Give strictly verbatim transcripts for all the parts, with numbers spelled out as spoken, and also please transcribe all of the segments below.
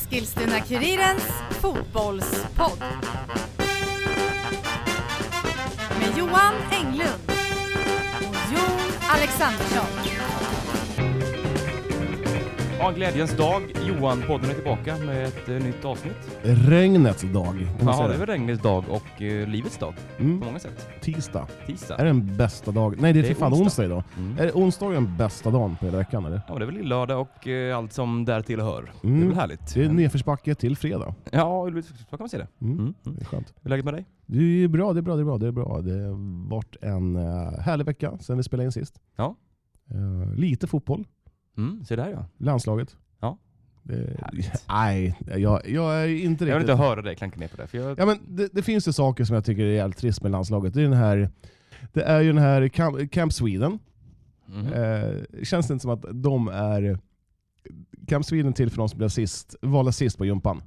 Eskilstuna-Kurirens fotbollspodd. Med Johan Englund och Jon Alexandersson. Ja, glädjens dag. Johan, podden är tillbaka med ett uh, nytt avsnitt. Regnets dag. Ja, det är väl regnets dag och uh, livets dag mm. på många sätt. Tisdag. Tisdag. Är det den bästa dag? Nej, det är, det är fan onsdag, onsdag idag. Mm. Är det onsdag den bästa dagen på hela veckan, eller? Ja, det är väl lördag och uh, allt som där tillhör. Mm. Det är väl härligt. Det är nedförsbacke till fredag. Ja, så kan man se det. Mm. Mm. Mm. Det är skönt. Hur är läget med dig? Det är bra, det är bra, det är bra, det är bra. Det har varit en uh, härlig vecka sedan vi spelade in sist. Ja. Uh, lite fotboll. Mm, se där ja. Landslaget. Ja. Det, nej, jag, jag är inte riktigt... Jag vill inte höra dig klanka ner på det. För jag... Ja, men det, det finns ju saker som jag tycker är jävligt trist med landslaget. Det är, den här, det är ju den här Camp, Camp Sweden. Mm. Eh, känns det inte som att de är Camp Sweden till för de som blev sist, valda sist på jumpan?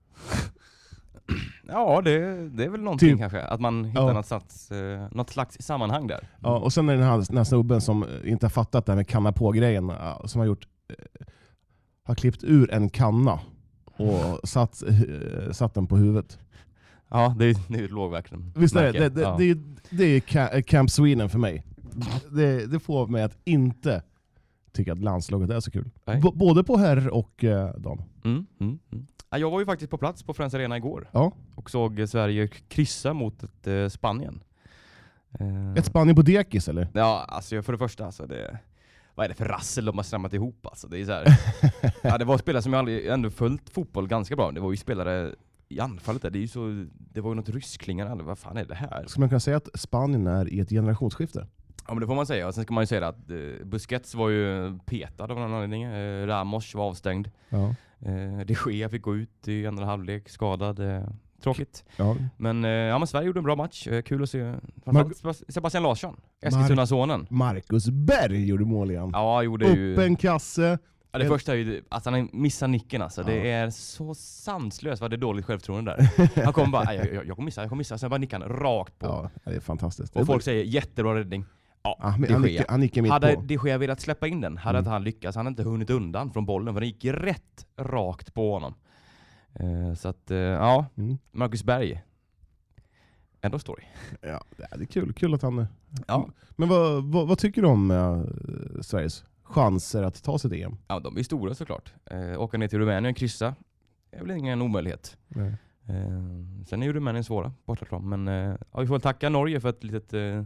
Ja, det, det är väl någonting typ, kanske. Att man hittar ja. något, slags, eh, något slags sammanhang där. Ja, och sen är det den här, den här snubben som inte har fattat det här med kanna på-grejen. Som har gjort eh, har klippt ur en kanna och satt, eh, satt den på huvudet. Ja, det är, det är ett lågverkligen. Visst är det? Det, det, ja. det, det är Camp Sweden för mig. Det, det får mig att inte tycka att landslaget är så kul. B- både på herr och eh, dam. Mm, mm, mm. Ja, jag var ju faktiskt på plats på Friends Arena igår. Ja. Och såg Sverige kryssa mot ett eh, Spanien. Eh, Ett Spanien på dekis, eller? Ja, alltså för det första, alltså det... Vad är det för rassel de har strammat ihop? Alltså, det är så här, ja, det var spelare som jag aldrig ändå följt fotboll ganska bra. Det var ju spelare i anfallet där. Det, är ju så, det var ju något ryskklingande. Vad fan är det här? Ska man kunna säga att Spanien är i ett generationsskifte? Ja, men det får man säga. Och sen ska man ju säga att eh, Busquets var ju petad av någon anledning. Eh, Ramos var avstängd. Ja. Eh, De Gea fick gå ut i andra halvlek skadad. Eh, tråkigt. Ja. Men, eh, ja, men Sverige gjorde en bra match. Eh, kul att se. Mar- Sebastian Larsson, Eskilstuna-sonen. Marcus Berg gjorde mål igen. Ja, gjorde Upp ju... en kasse. Ja, det en... första är ju att han missar nicken. Alltså. Ja. Det är så sanslöst vad det är dåligt självförtroende där. Han kommer bara, jag, jag, jag kommer missa, jag kommer missa. Sen bara nickar han rakt på. Ja, det är fantastiskt. Och det folk var... säger jättebra räddning. Ja, ah, De han, Gea. han nickar mitt hade på. De Gea velat släppa in den, hade mm. inte han lyckats. Han hade inte hunnit undan från bollen, för den gick rätt rakt på honom. Uh, så att, uh, ja, mm. Marcus Berg. Ändå story. Ja, det är kul. Kul att han... Ja. Men vad, vad, vad tycker du om uh, Sveriges chanser att ta sig till E M? Ja, de är stora såklart. Uh, åka ner till Rumänien, kryssa. Det är väl ingen omöjlighet. Nej. Uh, sen är ju Rumänien svåra bortafrån. Men uh, ja, vi får väl tacka Norge för ett litet... Uh,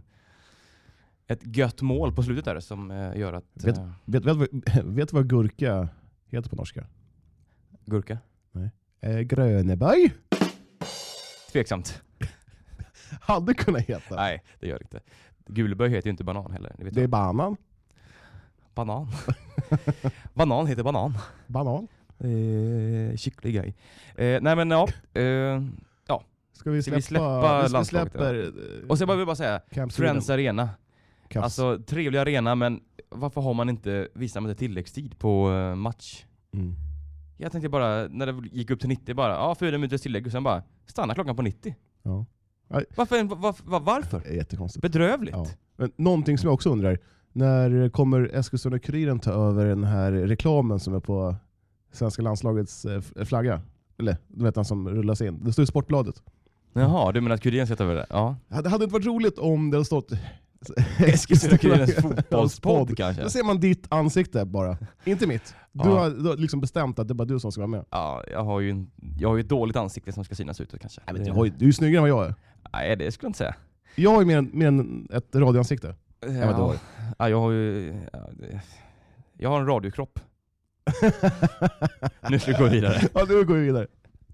ett gött mål på slutet där som uh, gör att... Uh, vet, vet, vet, vet du vad gurka heter på norska? Gurka? Nej. Eh, Gröneberg? Tveksamt. Hade kunnat heta. Nej, det gör det inte. Guleböj heter ju inte banan heller. Ni vet det är banan. Banan. Banan heter banan. Banan. Eh, kycklig grej. Eh, nej men ja. Eh, ja. Ska vi släppa, vi släppa vi landslaget? Släpper, ja. Och så vill jag bara säga, Friends Arena. Caps. Alltså trevlig arena, men varför har man inte visat med tilläggstid på uh, match? Mm. Jag tänkte bara, när det gick upp till nittio bara, ja fyra minuters tillägg och sen bara, stanna klockan på nittio. Ja. Varför? Var, var, varför? Det är jättekonstigt. Bedrövligt. Ja. Men någonting som jag också undrar, när kommer Eskilstuna-Kuriren ta över den här reklamen som är på svenska landslagets flagga? Eller, du vet den som rullas in. Det står i Sportbladet. Jaha, du menar att Kuriren ska ta över det? Ja. Det hade inte varit roligt om det hade stått Eskilstuna-Kurirens fotbollspodd kanske. Då ser man ditt ansikte bara. Inte mitt. Du, ja. har, du har liksom bestämt att det är bara du som ska vara med. Ja, jag har ju, en, jag har ju ett dåligt ansikte som ska synas utåt kanske. Jag vet, jag har ju, du är ju snyggare än vad jag är. Nej, det skulle jag inte säga. Jag har ju mer än, mer än ett radioansikte. Ja, jag, ja, jag har ju... Ja, det, jag har en radiokropp. Nu ska vi gå vidare. Ja, nu går vi vidare.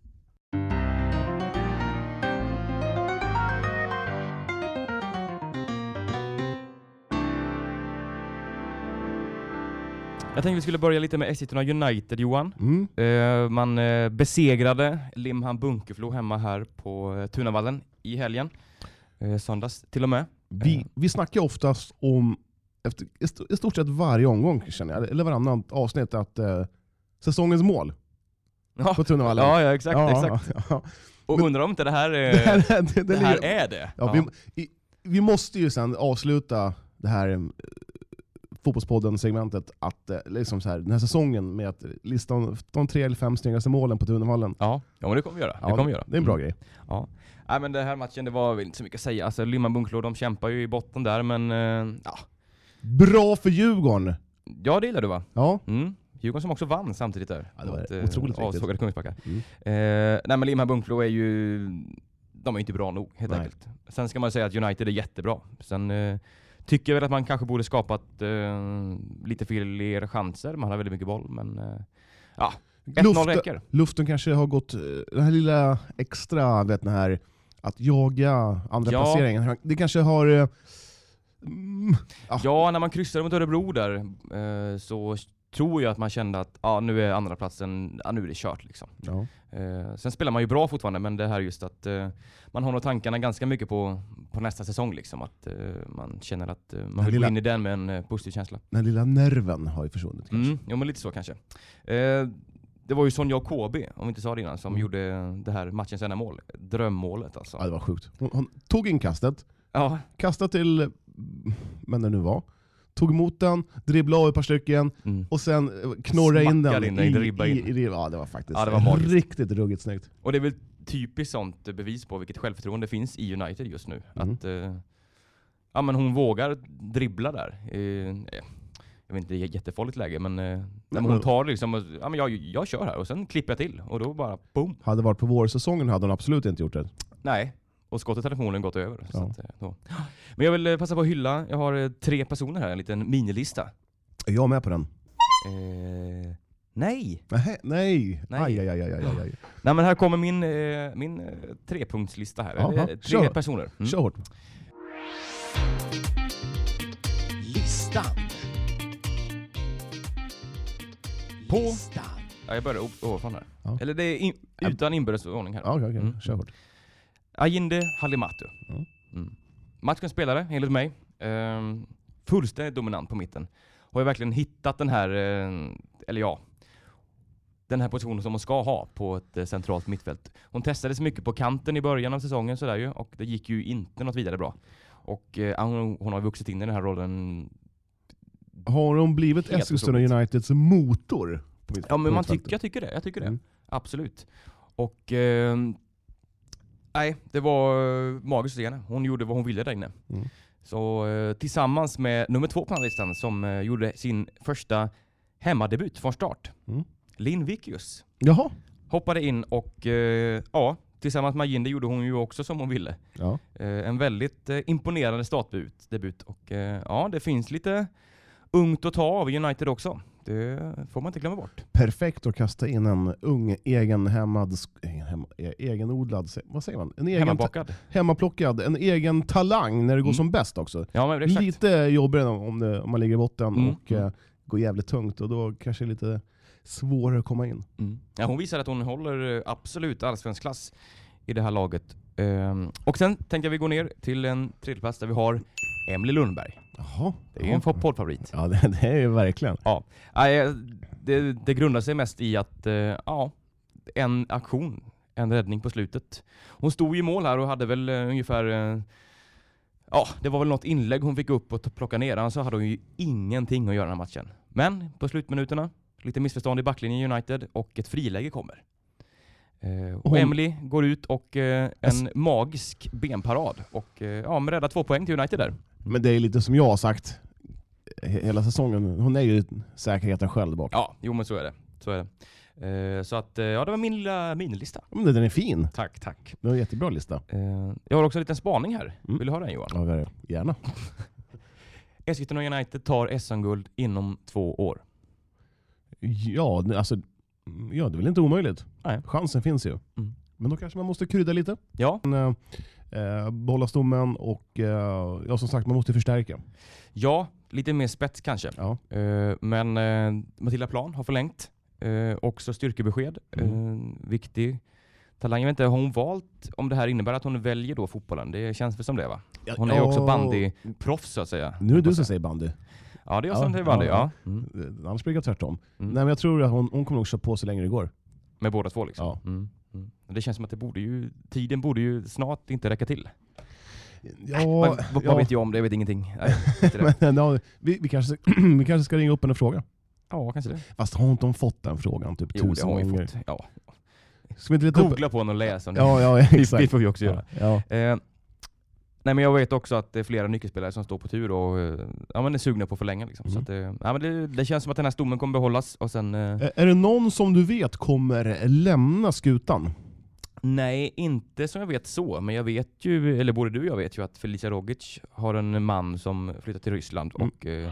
Jag tänkte vi skulle börja lite med Eskilstuna United, Johan. Mm. Uh, man uh, besegrade Limhamn Bunkeflo hemma här på uh, Tunavallen i helgen. Uh, söndags till och med. Vi, uh. vi snackar oftast om, efter, i stort sett varje omgång känner jag, eller varannan avsnitt, att uh, säsongens mål ja. på Tunavallen. Ja, ja, exakt. Ja, exakt. ja, ja. Och Men, undrar om inte det här är det, här, det, det, det här är det. Ja, ja. Vi, vi måste ju sen avsluta det här Fotbollspodden-segmentet att eh, liksom så här, den här säsongen med att lista de tre eller fem snyggaste målen på Tunavallen. Ja, ja men det kommer vi göra. Ja, det, kommer vi göra. det är en bra mm. grej. Ja. Nej, men det här matchen, det var väl inte så mycket att säga. Alltså Limhamn Bunkeflo, de kämpar ju i botten där, men eh, ja. Bra för Djurgården! Ja, det gillar du va? Ja. Mm. Djurgården som också vann samtidigt där. Ja, det var mot, otroligt eh, avsågade Kungsbacka. Mm. Eh, nej, men Limhamn Bunkeflo är ju... De är inte bra nog, helt nej. enkelt. Sen ska man säga att United är jättebra. Sen eh, tycker jag väl att man kanske borde skapat eh, lite fler chanser. Man har väldigt mycket boll, men... Eh, ja, ett noll räcker. Luften kanske har gått... Den här lilla extra, vet ni här... Att jaga andra ja. placeringen. Det kanske har... Mm, ja. ja, när man kryssade mot Örebro där eh, så tror jag att man kände att ah, nu är andra platsen, ah, nu är det kört liksom. Ja. Eh, sen spelar man ju bra fortfarande, men det här just att eh, man har nog tankarna ganska mycket på, på nästa säsong liksom. Att eh, man känner att eh, man vill lilla, gå in i den med en eh, positiv känsla. Den lilla nerven har ju försvunnit kanske. Mm, ja, men lite så kanske. Eh, det var ju Sonja K B, om vi inte sa det innan, som mm. gjorde det här matchens enda mål. Drömmålet alltså. Ja, det var sjukt. Hon, hon tog in kastet, ja. kastade till, men det nu var, tog emot den, dribblade av ett par stycken mm. och sen knorrade in den in, i, in, i, in. i, i, ja, det var faktiskt ja, det var riktigt ruggigt snyggt. Och det är väl typiskt sånt bevis på vilket självförtroende finns i United just nu. Mm. Att eh, ja, men hon vågar dribbla där. Eh, jag vet inte, det är ett jättefarligt läge, men, eh, men hon tar liksom, ja, men jag, jag kör här och sen klipper jag till och då bara boom. Hade varit på vårsäsongen hade hon absolut inte gjort det. Nej. Och skottet hade förmodligen gått över. Ja. Så att, då. Men jag vill passa på att hylla. Jag har tre personer här, en liten minilista. Är jag med på den? Eh, nej. Nej. Nej. nej. Aj, aj, aj, aj, aj, aj. Nej, men här kommer min, eh, min eh, trepunktslista här. Aha, tre kör. personer. Mm. Kör hårt. Listan. På... Listan. Ja, jag börjar ovanifrån här. Ja. Eller det är in, utan inbördes ordning här. Ja, okej, okay, okay. Mm. Kör hårt. Ayinde Halimatu. Mm. Mm. Matchens spelare, enligt mig. Um, fullständigt dominant på mitten. Har ju verkligen hittat den här, uh, eller ja, den här positionen som hon ska ha på ett uh, centralt mittfält. Hon testades mycket på kanten i början av säsongen sådär ju, och det gick ju inte något vidare bra. Och uh, hon, hon har vuxit in i den här rollen. Har hon blivit Eskilstuna Uniteds motor? På mitt, ja, men på man tycker, jag tycker det. Jag tycker det. Mm. Absolut. Och... Uh, Nej, det var uh, magiskt att se henne. Hon gjorde vad hon ville där inne. Mm. Så uh, tillsammans med nummer två på den här listan som uh, gjorde sin första hemmadebut från start. Mm. Linn Vickius. Jaha. Hoppade in och uh, ja, tillsammans med Ayinde gjorde hon ju också som hon ville. Ja. Uh, en väldigt uh, imponerande startdebut. Debut. Och uh, ja, det finns lite ungt att ta av i United också. Det får man inte glömma bort. Perfekt att kasta in en ung egen hemmad, hem, egenodlad, vad säger man? En egen hemmaplockad. Hemmaplockad, en egen talang när det går mm. som bäst också. Ja, men exakt. Lite jobbigare om, det, om man ligger i botten mm. och uh, går jävligt tungt, och då kanske lite svårare att komma in. Mm. Ja, hon visar att hon håller absolut allsvensk klass i det här laget. Um, och sen tänkte jag vi gå ner till en tredjeplats där vi har Emily Lundberg. Jaha. Det är ju en poddfavorit. Ja, det, det är ju verkligen. Ja. Det, det grundar sig mest i att uh, ja, en aktion, en räddning på slutet. Hon stod ju i mål här och hade väl uh, ungefär... Uh, ja, det var väl något inlägg hon fick upp och plocka ner. Annars hade hon ju ingenting att göra den här matchen. Men på slutminuterna, lite missförstånd i backlinjen United och ett friläge kommer. Uh, och Emily går ut och uh, en S- magisk benparad och uh, ja, med rädda två poäng till United där. Men det är lite som jag har sagt hela säsongen. Hon är ju säkerheten själv bak. Ja, jo men så är det. Så är det. Uh, så att uh, ja, det var min lilla minilista. Men den är fin. Tack, tack. Det var en jättebra lista. Uh, jag har också en liten spaning här. Mm. Vill du höra den, Johan? Ja, gärna. Eskilstuna United tar S M-guld inom två år. Ja, alltså ja, det är väl inte omöjligt. Nej. Chansen finns ju. Mm. Men då kanske man måste krydda lite. Ja. Men, eh, behålla stommen och eh, ja, som sagt, man måste förstärka. Ja, lite mer spets kanske. Ja. Eh, men eh, Matilda Plan har förlängt. Eh, också styrkebesked. Mm. Eh, viktig talang. Jag vet inte, har hon valt om det här innebär att hon väljer då fotbollen? Det känns väl som det, va? Hon är ju också bandyproffs så att säga. Nu är det du som säger bandy. Ja, det är jag som säger bandy, ja. ja. Mm. Annars brukar jag tvärtom. Mm. Nej, men jag tror att hon, hon kommer nog köra på så länge det går. Med båda två liksom? Ja. Mm. Mm. Det känns som att det borde ju, tiden borde ju snart inte räcka till. Ja, äh, vad vad ja. vet jag om det? Jag vet ingenting. Nej, inte det. Men, ja, vi, vi, kanske, vi kanske ska ringa upp en fråga. Ja, kanske det. Fast har inte de fått den frågan typ Jo, tusen det har vi gånger? fått. Ja. Ska vi inte leta upp? Googla på den och läsa om det. Ja, ja, exakt. Det får vi också göra. Ja, ja. Eh, nej, men jag vet också att det är flera nyckelspelare som står på tur och eh, ja, men är sugna på att förlänga. Liksom. Mm. Så att, eh, ja, men det, det känns som att den här stommen kommer behållas. Och sen, eh, Är är det någon som du vet kommer lämna skutan? nej, inte som jag vet så. Men jag vet ju, eller både du och jag vet ju att Felicia Rogic har en man som flyttar till Ryssland. Mm. Och eh,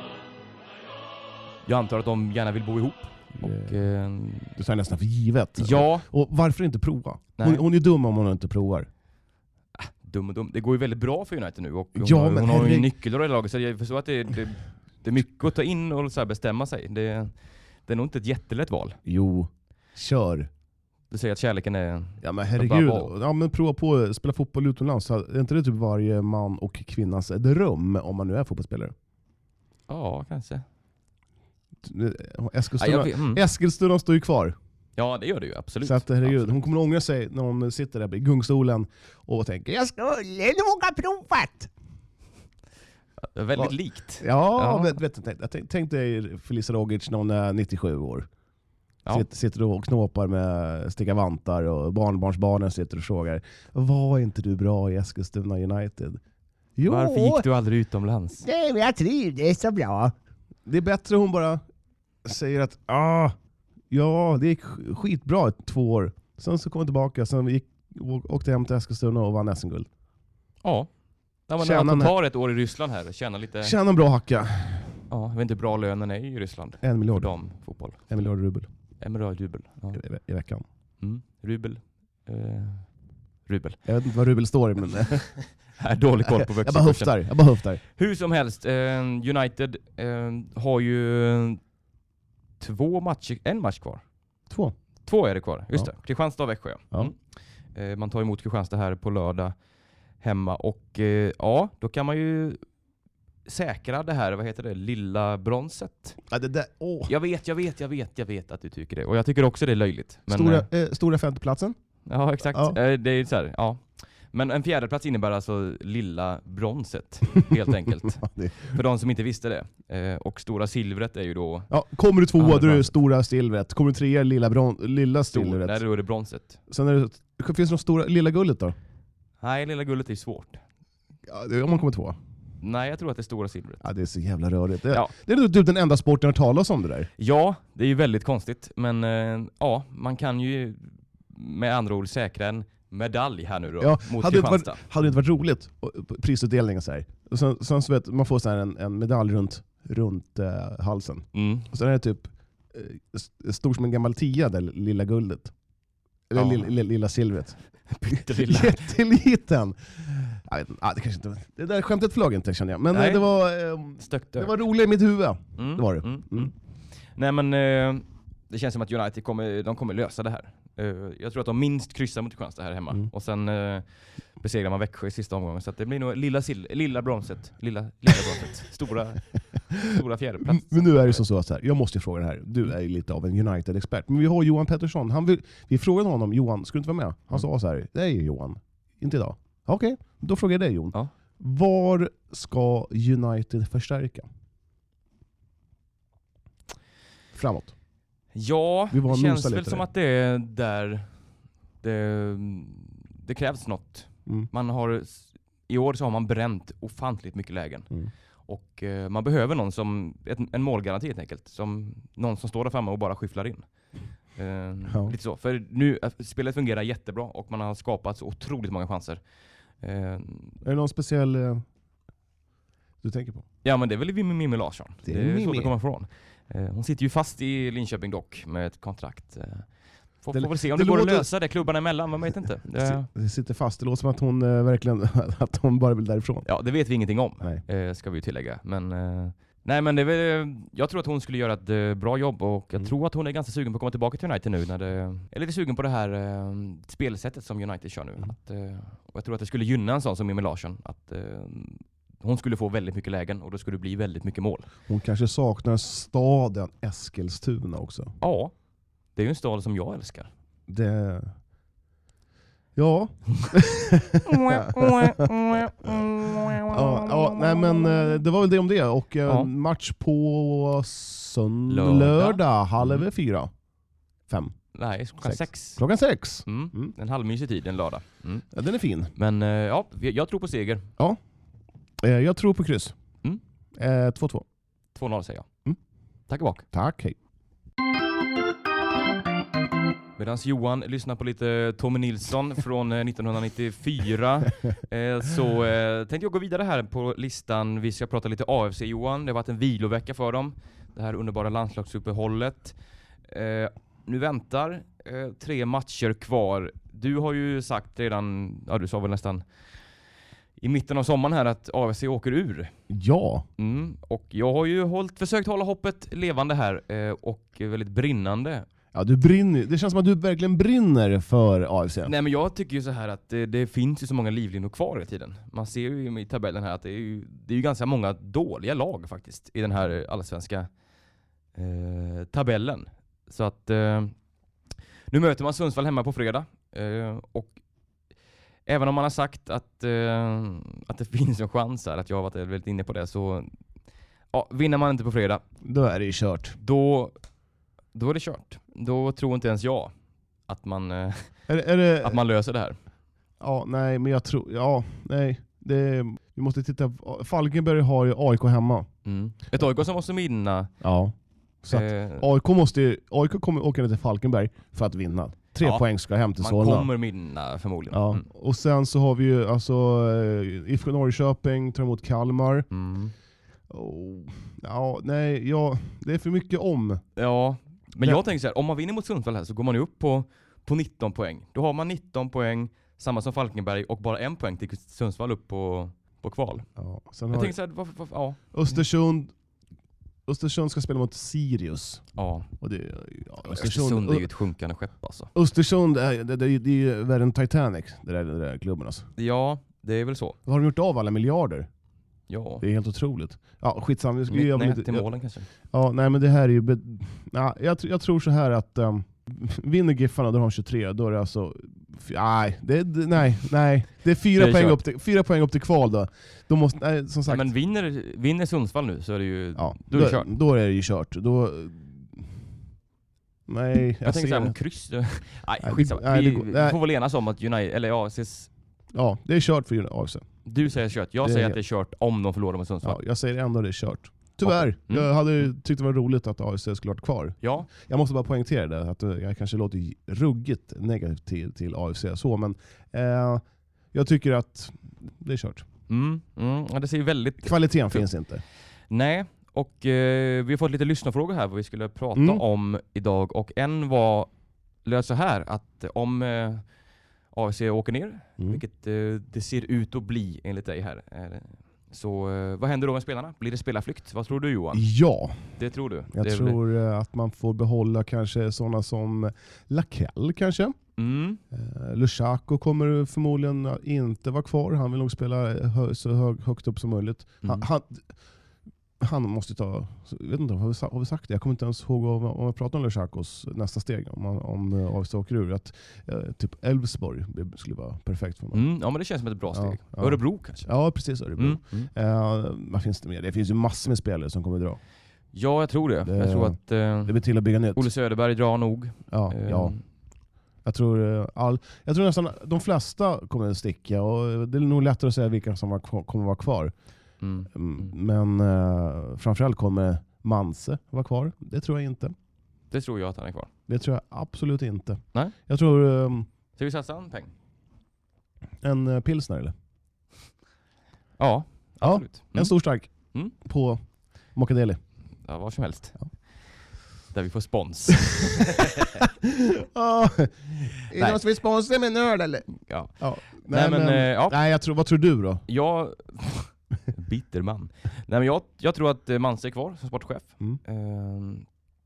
jag antar att de gärna vill bo ihop. Och, eh, Du säger nästan för givet. ja, Och varför inte prova? Nej. Hon, hon är dum om hon inte provar. dum och dum. Det går ju väldigt bra för United nu. Och hon Ja, har, men hon har ju herregud. en nyckelroll i laget. Så jag förstår att det, det, det är mycket att ta in och så här bestämma sig. Det, det är nog inte ett jättelätt val. Jo, kör. Du säger att kärleken är... Ja men bara herregud, val. ja, men prova på att spela fotboll utomlands. Så är inte det typ varje man och kvinnas dröm om man nu är fotbollsspelare? Ja, kanske. Ja, Eskilstuna, jag vet, mm. Eskilstuna står ju kvar. ja, det gör det ju. Absolut. Så att, herregud, absolut. hon kommer ångra sig när hon sitter där i gungstolen och tänker jag skulle nog ha provat. Det är väldigt Va? likt. Ja, Ja. vet, vet, tänk, tänk, tänk dig Felicia Rogic när hon är nittiosju år. Ja. Sitter, sitter och knåpar med sticka vantar och barnbarnsbarnen sitter och frågar: var inte du bra i Eskilstuna United? Jo, Varför gick du aldrig utomlands? nej men jag trivdes så bra. Det är bättre hon bara säger att ah, ja, det gick sk- skitbra i två år. Sen så kom hon tillbaka, sen gick, å- åkte hem till Eskilstuna och vann S M-guld. Ja. Ja, men Tjäna att när- tar ett år i Ryssland här och tjäna lite... Tjäna en bra hacka. Ja, jag vet inte hur bra lönen är i Ryssland. En För miljard. dem, fotboll. En miljard rubel En miljard rubel. Ja. i, i, i veckan. Mm. Rubel. Eh, rubel. Jag vet inte vad rubel står i, men Jag har dålig koll på jag bara växelkursen. höftar. Jag bara höftar. Hur som helst, eh, United eh, har ju eh, två matcher, en match kvar. Två. Två är det kvar, just Ja. det. Kristianstad och Växjö. Ja. Mm. Eh, man tar emot Kristianstad här på lördag hemma. Och eh, ja, då kan man ju säkra det här, vad heter det, lilla bronset. Ja, det där, åh. Jag vet, jag vet, jag vet, jag vet att du tycker det. Och jag tycker också det är löjligt. Men, Stora, eh, eh, stora femteplatsen. ja, exakt. Ja. Eh, det är så här, ja. Men en fjärde plats innebär alltså lilla bronset, helt enkelt. Ja, det- För de som inte visste det. Eh, och stora silvret är ju då... Ja, kommer du tvåa, Ja, då är det bronset. stora silvret. Kommer du trea, lilla, bron, lilla Stor, silvret. där är det bronset. Sen är det, finns det något stora, lilla guldet då? Nej, lilla guldet är svårt. Ja, det är om man kommer tvåa. Nej, jag tror att det är stora silvret. Ja, det är så jävla rörigt. Det, Ja. det är typ den enda sporten jag talas om det där. Ja, det är ju väldigt konstigt. Men eh, ja, man kan ju med andra ord säkra en medalj här nu då, Ja, mot hade, det inte Kristianstad. varit, hade det inte varit roligt? Och- Prisutdelningen så här. Och sen, sen så vet man får så här en, en medalj runt, runt eh, halsen. Mm. Och sen är det typ eh, st- stor som en gammal tia, där lilla guldet. Eller Ja. lilla, lilla, lilla silvret. Pyttelilla. Jätteliten! Jag vet, inte, ah, det, kanske inte, det där skämtet flög inte, känner jag. Men Nej. eh, det var, eh, Stökt det var roligt i mitt huvud. Mm. det var det. Mm. Mm. Mm. Nej men eh, det känns som att United kommer, de kommer lösa det här. Eh, jag tror att de minst kryssar mot Kristianstad här hemma. Mm. Och sen eh, besegrar man Växjö i sista omgången. Så att det blir nog lilla, sil- lilla bronset. Lilla, lilla bronset. Stora, stora fjärdeplats. Men nu är det som så att så här, jag måste ju fråga det här. Du är ju lite av en United-expert. Men vi har Johan Pettersson. Han vill, vi frågade honom, Johan, ska du inte vara med? Han sa så här, nej Johan, inte idag. Okej, då frågar jag dig Jon. Ja. Var ska United förstärka? Framåt. Ja, Vi var det och känns nosade väl lite som där. att det är där det, det krävs något. Mm. Man har, i år så har man bränt ofantligt mycket lägen. Mm. Och eh, man behöver någon som, ett, en målgaranti helt enkelt. Som, någon som står där framme och bara skyfflar in. Eh, Ja. Lite så. För nu, äh, spelet fungerar jättebra och man har skapat så otroligt många chanser. Eh, Är det någon speciell eh, du tänker på? ja men det är väl Mimmi Mimmi Larsson. Det Det är är, Mimmi. svårt att komma ifrån. Eh, hon sitter ju fast i Linköping dock med ett kontrakt. Eh, får, Det- får väl se om det det, går låter- att lösa det klubbarna emellan, man vet inte. Det, Det sitter fast. Det låter som att hon eh, verkligen att hon bara vill därifrån. ja, det vet vi ingenting om. Nej. Eh, ska vi ju tillägga. Men, eh, nej, men det är väl, jag tror att hon skulle göra ett eh, bra jobb och jag Mm. tror att hon är ganska sugen på att komma tillbaka till United nu. När det, är lite sugen på det här eh, spelsättet som United kör nu. Mm. Att, eh, och jag tror att det skulle gynna en sån som Mimmi Larsson. Att eh, hon skulle få väldigt mycket lägen och då skulle det bli väldigt mycket mål. Hon kanske saknar staden Eskilstuna också. Ja, det är ju en stad som jag älskar. Det... Ja. ja, ja, nej men det var väl det om det. Och ja. match på sönd- lördag, halv mm. fyra. Fem. Nej, klockan sex. sex. Klockan sex. Mm. Mm. En halvmysig tid en lördag. Mm. Ja, den är fin. Men ja, jag tror på seger. Ja, jag tror på kryss. Mm. Eh, två två. två noll säger jag. Mm. Tack och bak. Tack, hej. Medan Johan lyssnar på lite Tommy Nilsson från nittonhundranittiofyra eh, så eh, tänkte jag gå vidare här på listan. Vi ska prata lite A F C, Johan. Det har varit en vilovecka för dem. Det här underbara landslagsuppehållet. Eh, nu väntar eh, tre matcher kvar. Du har ju sagt redan, ja du sa väl nästan i mitten av sommaren här att A F C åker ur. Ja. Mm, och jag har ju hållit, försökt hålla hoppet levande här eh, och väldigt brinnande. Ja, du brinner. Det känns som att du verkligen brinner för A F C. Nej, men jag tycker ju så här att det, det finns ju så många livlinor kvar i tiden. Man ser ju i tabellen här att det är ju, det är ju ganska många dåliga lag faktiskt i den här allsvenska eh, tabellen. Så att eh, nu möter man Sundsvall hemma på fredag eh, och även om man har sagt att, eh, att det finns en chans här, att jag har varit väldigt inne på det, så ja, vinner man inte på fredag, då är det ju kört. Då, då är det kört. Då tror inte ens jag att man, eh, är det, är det, att man löser det här. Ja, nej, men jag tror, ja, nej. Det, vi måste titta, Falkenberg har ju A I K hemma. Mm. Ett A I K som måste vinna. Ja. Så att eh, A I K måste, A I K kommer åka ner till Falkenberg för att vinna. Tre ja, poäng ska hem till Solna. Man kommer vinna förmodligen. Ja. Mm. Och sen så har vi ju alltså I F K Norrköping tar emot Kalmar. Mm. Oh, ja, nej, ja, det är för mycket om. Ja, men ja. jag tänker så här, om man vinner mot Sundsvall här så går man ju upp på, på nitton poäng. Då har man nitton poäng, samma som Falkenberg, och bara en poäng till Sundsvall upp på, på kval. Ja, sen jag har tänker så här, varför, varför, ja. Östersund Östersund ska spela mot Sirius. Ja. Och det, ja, Östersund, Östersund är ju ett sjunkande skepp alltså. Östersund är, det, det, det är ju värre än Titanic, det där, det där klubben alltså. Ja, det är väl så. Har de gjort av alla miljarder? Ja. Det är helt otroligt. Ja, skitsamma. Vi ska Mitt göra nät lite, till målen kanske. Ja, nej men det här är ju... Be, ja, jag, jag tror så här att um, vinner Giffarna, då har de tjugotre, då är det alltså... Nej, det, det, nej, nej. Det är fyra, det är poäng, upp till, fyra poäng upp till kval då. Då måste, nej, som sagt... Ja, men vinner, vinner Sundsvall nu så är det ju... Ja, då är det kört. Då är det ju kört. Då... Nej, jag, jag tänker såhär om kryss. Nej, skitsamma. Nej, vi, går, vi får väl enas om att United, eller ja, ses... Ja, det är kört för A F C. Du säger kört. Jag det säger är... att det är kört om de förlorar med Sundsvall. Ja, jag säger ändå att det är kört. Tyvärr. Mm. Jag hade tyckt det var roligt att A F C skulle ha varit kvar. Ja. Jag måste bara poängtera det, att jag kanske låter ruggigt negativt till, till A F C. Så, men eh, jag tycker att det är kört. Mm. Mm. Ja, det ser ju väldigt... Kvaliteten finns inte. Nej, och eh, vi har fått lite lyssnarfrågor här vad vi skulle prata mm. om idag. Och en var lös så här, att om eh, A F C åker ner, mm. vilket eh, det ser ut att bli enligt dig här. Så eh, vad händer då med spelarna? Blir det spelarflykt? Vad tror du, Johan? Ja. Det tror du? Jag det tror det. att man får behålla kanske sådana som Lakell kanske. Mm. Eh, Lushako kommer förmodligen inte vara kvar. Han vill nog spela hö- så hög, högt upp som möjligt. Mm. Han, han, han måste ta... Jag vet inte, har vi, har vi sagt det? Jag kommer inte ens ihåg om, om jag pratar om Lushakos nästa steg. Om, om A F C åker ur. Att, eh, typ Elfsborg skulle vara perfekt för honom. Mm, ja, men det känns som ett bra steg. Ja, ja. Örebro kanske? Ja, precis. Örebro. Mm, mm. Eh, vad finns det mer? Det finns ju massor med spelare som kommer dra. Ja, jag tror det. det jag tror att... Eh, det blir till att bygga nytt. Olle Söderberg drar nog. Ja, eh, ja. Jag tror, all, jag tror nästan de flesta kommer att sticka, och det är nog lättare att säga vilka som var, kommer att vara kvar. Mm. Mm. Men uh, framförallt kommer Manse vara kvar. Det tror jag inte. Det tror jag att han är kvar. Det tror jag absolut inte. Nej. Jag tror... Um, Ska vi satsa en peng? En uh, pilsner eller? Ja, absolut. Ja, en mm. stor stark mm. på Mockadeli. Ja, vad som helst. Ja. Där vi får spons. oh, är det någon som vill sponsra med en öl eller? Ja. Ja. Nej, Nej, men, men, ja. nej jag tror, vad tror du då? Jag... Bitter man. Nej, men jag, jag tror att Manse är kvar som sportchef. Mm. Uh,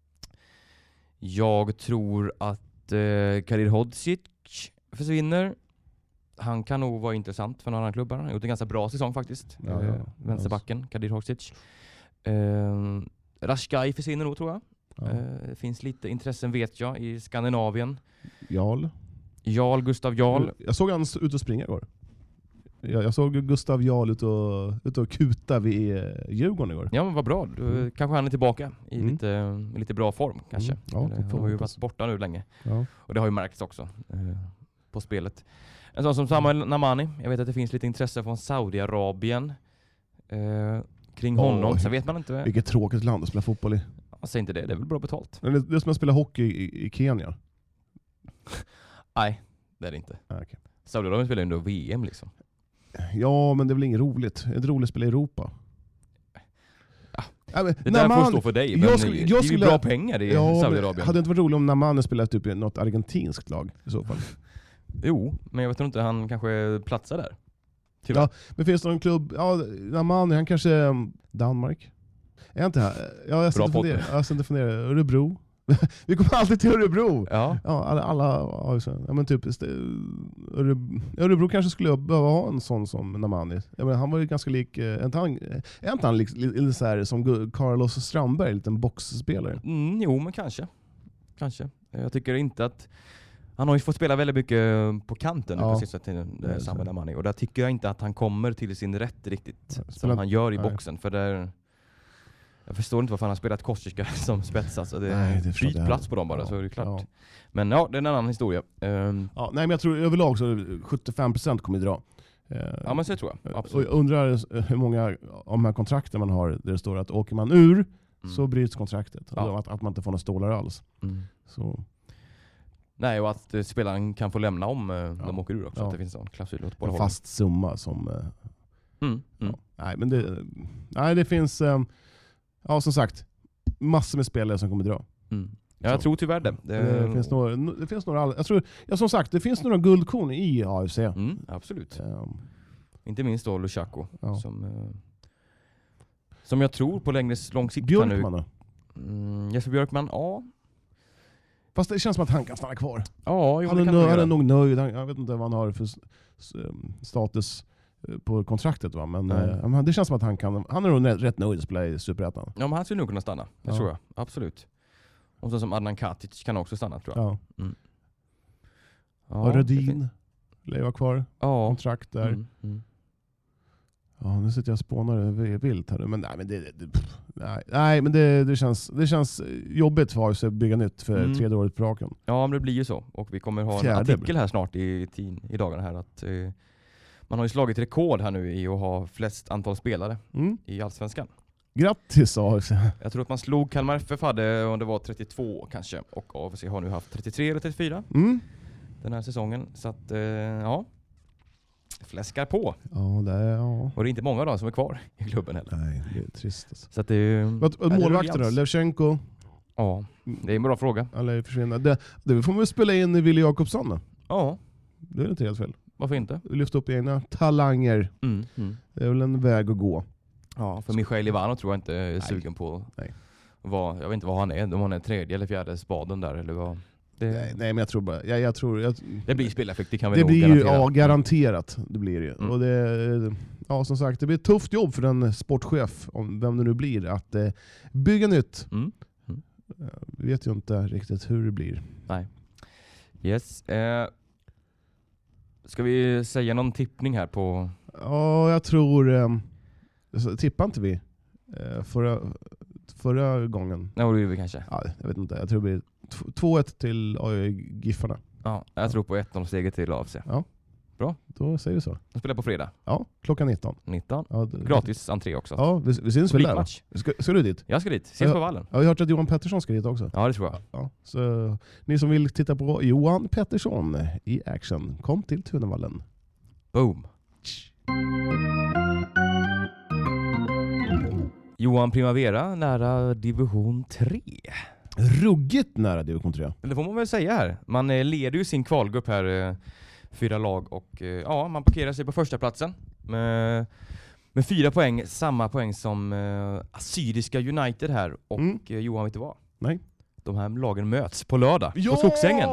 jag tror att uh, Kadir Hodzic försvinner. Han kan nog vara intressant för några andra klubbar. Han har gjort en ganska bra säsong faktiskt. Ja, ja. Uh, vänsterbacken, Kadir Hodzic. Uh, Rashkai försvinner nog, tror jag. Ja. Uh, det finns lite intressen, vet jag, i Skandinavien. Jarl? Jarl, Gustav Jarl. Jag såg han ut och springa igår. Jag, jag såg Gustav Jarl ut och, ut och kuta vid Djurgården igår. Ja, men vad bra. Du, mm. Kanske han är tillbaka i, mm. lite, i lite bra form kanske. Mm. Ja, Eller, han har ju varit borta nu länge. Ja. Och det har ju märkts också eh, på spelet. En sån som Samuel Namani. Jag vet att det finns lite intresse från Saudiarabien eh, kring honom. Oh, så vet man inte. Vilket tråkigt land att spela fotboll i. Jag säger inte det. Det är väl bra betalt. Det är, det är som att spela hockey i, i Kenya. Nej, det är det inte. Ah, okay. Saudiarabien spelar ju ändå V M liksom. Ja, men det är väl inget roligt. Ett roligt spel i Europa. Ja, ja, men, det där får stå för dig. Men jag skulle, jag skulle, det är ju bra pengar i ja, Saudiarabien. Hade det inte varit roligt om Namani spelade typ i något argentinskt lag i så fall? Jo, men jag vet inte, han kanske platsar där. Tyvärr. Ja, men finns det någon klubb? Ja, Namani, han kanske Danmark. Är inte här? Ja, jag ska fundera. Jag ska inte fundera. Örebro. Vi kommer alltid till Örebro. Ja. Ja, alla, alla ja, men typ Örebro, Örebro kanske skulle behöva ha en sån som Namani. Jag menar, han var ju ganska lik, är inte han, är inte han lite li, li, så här, som Carlos Strandberg, en liten boxspelare? Mm, jo, men kanske. Kanske. Jag tycker inte att han har ju fått spela väldigt mycket på kanten ja. nu på sista tiden, Samuel Namani. Och där tycker jag inte att han kommer till sin rätt riktigt, ja, som han gör i nej. boxen. För där jag förstår inte varför han har spelat Korsika som spets. Alltså det är byt plats på dem bara, ja, så är det klart. Ja. Men ja, det är en annan historia. Um, ja, nej, men jag tror överlag så sjuttiofem procent kommer dra. Uh, ja, men så tror jag. Absolut. Och jag undrar hur många av de här kontrakten man har där det står att åker man ur mm. så bryts kontraktet. Ja. Alltså att, att man inte får några stålar alls. Mm. Så. Nej, och att uh, spelaren kan få lämna om uh, ja. de åker ur också. Ja. Att det finns en klausul åt båda en fast summa som... Uh, mm. Mm. Ja. Nej, men det, nej, det finns... Um, Ja, som sagt, massor med spelare som kommer dra. Mm. Ja, jag så. tror tyvärr det. Det, det finns några, det finns några jag tror, ja, som sagt, det finns några guldkorn i A F C. Mm, absolut. Um, Inte minst då Lukaku ja. som uh, som jag tror på längre lång sikt Björkman nu. Mm, Jesper Björkman, ja. Fast det känns som att han kan stanna kvar. Ja, jo, han, är kan nö- han är nog nöjd. Han, jag vet inte vad han har för status på kontraktet, va? Men eh, det känns som att han kan han är nog rätt nöjd att spela i Superettan. Ja, men han skulle nog kunna stanna. Det ja. tror jag. Absolut. Och så som Adnan Katic kan också stanna, tror jag. Ja. Mm. Ja, och Rödin lever kvar. Ja. Kontrakt där. Mm. Mm. Ja, nu sitter jag och spånar vilt här nu, men nej, men det, det pff, nej, nej, men det, det känns det känns jobbigt för oss att bygga nytt för mm. tredje året på raken. Ja, men det blir ju så, och vi kommer ha Fjärde. en artikel här snart i i, i dagarna här att eh, man har ju slagit rekord här nu i att ha flest antal spelare mm. i Allsvenskan. Grattis A F C. Jag tror att man slog Kalmar F F hade, om det var trettiotvå kanske, och A F C har nu haft trettiotre eller trettiofyra mm. den här säsongen. Så att, eh, ja, fläskar på. Ja, det är, ja. Och det är inte många av dem som är kvar i klubben heller. Nej, det är trist. Alltså. Så att det, målvakter då? Levchenko? Ja, det är en bra fråga. Eller försvinna. Det, det får man väl spela in i Willy Jakobsson då? Ja. Det är inte helt fel. Varför inte? Lyfta upp egna talanger. Mm, mm. Det är väl en väg att gå. Ja, för Michael Ivano tror jag inte är Nej. sugen på. Nej. Vad, jag vet inte vad han är. Om han är tredje eller fjärde spaden där. Eller vad. Det... Nej, nej, men jag tror bara... Jag, jag tror, jag, det blir speleffekt, det kan vi det nog blir garantera. Ja, garanterat. Det blir det. Mm. Och det, ja, som sagt, det blir ett tufft jobb för en sportchef, om vem det nu blir, att eh, bygga nytt. Mm. Mm. Vi vet ju inte riktigt hur det blir. Nej. Yes. Eh, ska vi säga någon tippning här på... Ja, jag tror... Eh, tippar inte vi eh, förra, förra gången? Nej, det gjorde vi kanske. Ja, jag vet inte. Jag tror det blir två ett till Giffarna. Ja, jag ja. tror på ett noll-steget till A F C. Ja. Bra. Då säger vi så. De spelar på fredag. Ja, klockan nitton. nitton. Ja, det... Gratis entré också. Ja, vi, vi syns väl där. Ska, ska du dit? Jag ska dit. Ses på vallen. Jag har hört att Johan Pettersson ska dit också. Ja, det tror jag. Ja, så ni som vill titta på Johan Pettersson i action, kom till Tunavallen. Boom. Johan Primavera nära division tre. Ruggigt nära division tre. Det får man väl säga här. Man leder ju sin kvalgrupp här, fyra lag, och ja, man parkerar sig på första platsen med, med fyra poäng, samma poäng som uh, Assyriska United här. Och mm. Johan, vet du vad? Nej. De här lagen möts på lördag ja! på Skogsängen.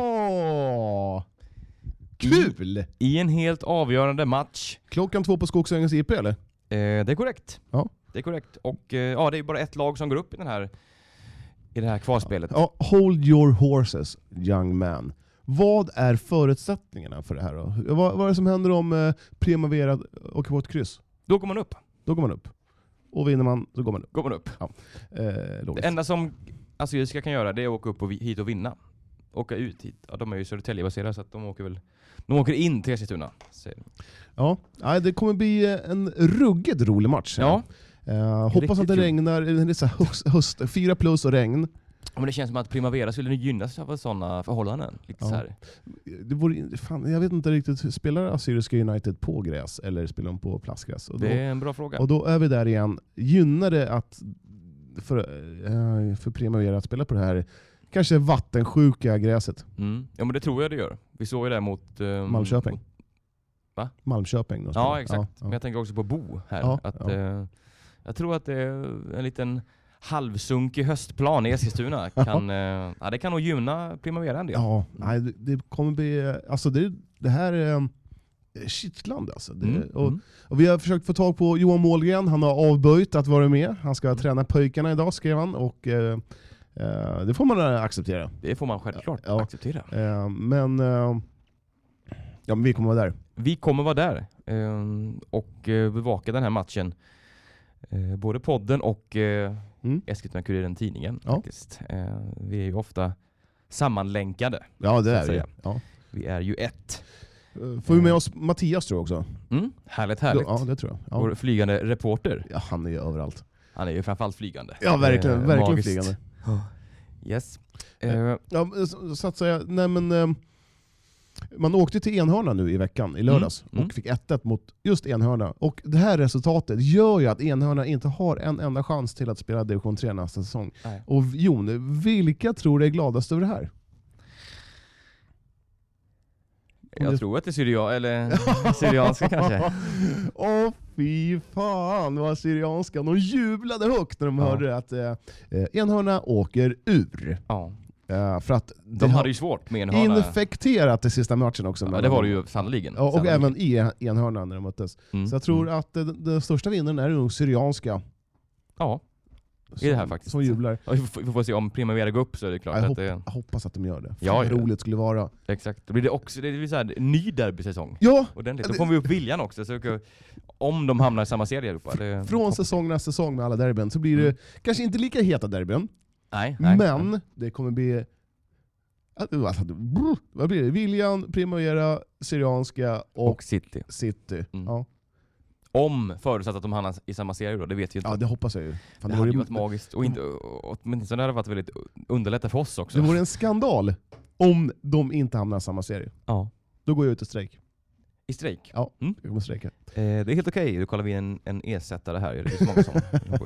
Kul! I, I en helt avgörande match. Klockan två på Skogsängens I P, eller? Eh, det är korrekt. Ja. Det är korrekt. Och eh, ja, det är bara ett lag som går upp i den här i det här kvalspelet. Ja, hold your horses, young man. Vad är förutsättningarna för det här då? Vad, vad är det som händer om eh, Primavera åker på ett kryss? Då går man upp. Då går man upp. Och vinner man, så går man upp. Går man upp. Ja. Eh, det enda som Assyriska kan göra, det är att åka upp och hit och vinna. Åka ut hit. Ja, de är ju Södertäljebaserade så att de åker väl... De åker in till Eskilstuna. Ja, det kommer bli en ruggigt rolig match. Ja. Uh, hoppas att det regnar, det är så höst, höst, fyra plus och regn. Ja, men det känns som att Primavera skulle gynnas av sådana förhållanden. Lite ja. så här. Det vore, fan, jag vet inte riktigt, spelar Assyriska United på gräs eller spelar de på plastgräs? Och då, det är en bra fråga. Och då är vi där igen. Gynnar det att för, uh, för Primavera att spela på det här kanske vattensjuka gräset? Mm. Ja, men det tror jag det gör. Vi såg ju det mot... Um, Malmköping. Va? Malmköping. Ja, exakt. Ja, ja. Men jag tänker också på Bo här. Ja, att, ja. Uh, jag tror att det är en liten halvsunkig höstplan i Eskilstuna. kan, uh, ja, det kan nog gynna Primavera en del. Ja, nej, det, det kommer bli... Alltså det, det här är um, Kittland alltså. Det, Mm. Och, Mm. och vi har försökt få tag på Johan Målgren. Han har avböjt att vara med. Han ska Mm. träna pojkarna idag, skrev han. Och uh, uh, det får man uh, acceptera. Det får man självklart Ja. acceptera. Uh, men... Uh, ja, men vi kommer vara där. Vi kommer vara där um, och uh, bevaka den här matchen. Uh, både podden och uh, Mm. Eskilstuna-Kuriren tidningen. Ja. Faktiskt. Uh, vi är ju ofta sammanlänkade. Ja, det så är att vi. säga. Ja. Vi är ju ett. Uh, får vi med oss Mattias tror jag också? Mm. Härligt, härligt. Ja, det tror jag. Ja. Vår flygande reporter. Ja, han är ju överallt. Han är ju framförallt flygande. Ja, verkligen, Uh, verkligen magiskt. flygande. Yes. Uh, Uh, ja, så, så att säga, nej men... Uh, man åkte till Enhörna nu i veckan, i lördags, Mm, mm. och fick ett ett mot just Enhörna. Och det här resultatet gör ju att Enhörna inte har en enda chans till att spela division tre nästa säsong. Nej. Och Jon, vilka tror du är gladast över det här? Jag det- tror att det är syrian, eller syrianska kanske. Åh fy fan vad syrianska. De jublade högt när de Ja. hörde att eh, Enhörna åker ur. Ja. Eh, för att De hade ju svårt med en hörna. infekterat i sista matchen också. Ja, det var det ju sannoliken. Ja, och Sannoliken. även i Enhörna när de möttes. Mm. Så jag tror Mm. att den, den största vinnaren är nog syrianska. Ja, Som, i det här faktiskt. som jublar. Ja, vi får, vi får se om Primavera går upp så är det klart Jag, att hopp, det... jag hoppas att de gör det. Fan Ja, vad ja. roligt skulle vara. Exakt. Då blir det också det blir så här, en ny derbysäsong. Ja! Ordentligt. Då får vi upp viljan också. Så att- om de hamnar i samma serie i Europa. Det... Från säsong nästa säsong med alla derbyn så blir det Mm. kanske inte lika heta derbyn. Nej, nej. Men nej. det kommer bli... Alltså, brr, vad blir det? Viljan, Primavera, Syrianska och, Och City. City. Mm. Ja. Om förutsatt att de hamnar i samma serie då, det vet vi inte. ja, det hoppas jag ju. Fan, det det, hade ju vore, varit magiskt. Och inte, och, åtminstone hade det varit väldigt underlättat för oss också. det vore en skandal om de inte hamnar i samma serie. Ja. Då går jag ut i strejk. I strejk. Ja, Mm. jag kommer strejka. Eh, det är helt okej. Då kollar vi en, en ersättare här. Det är så många som...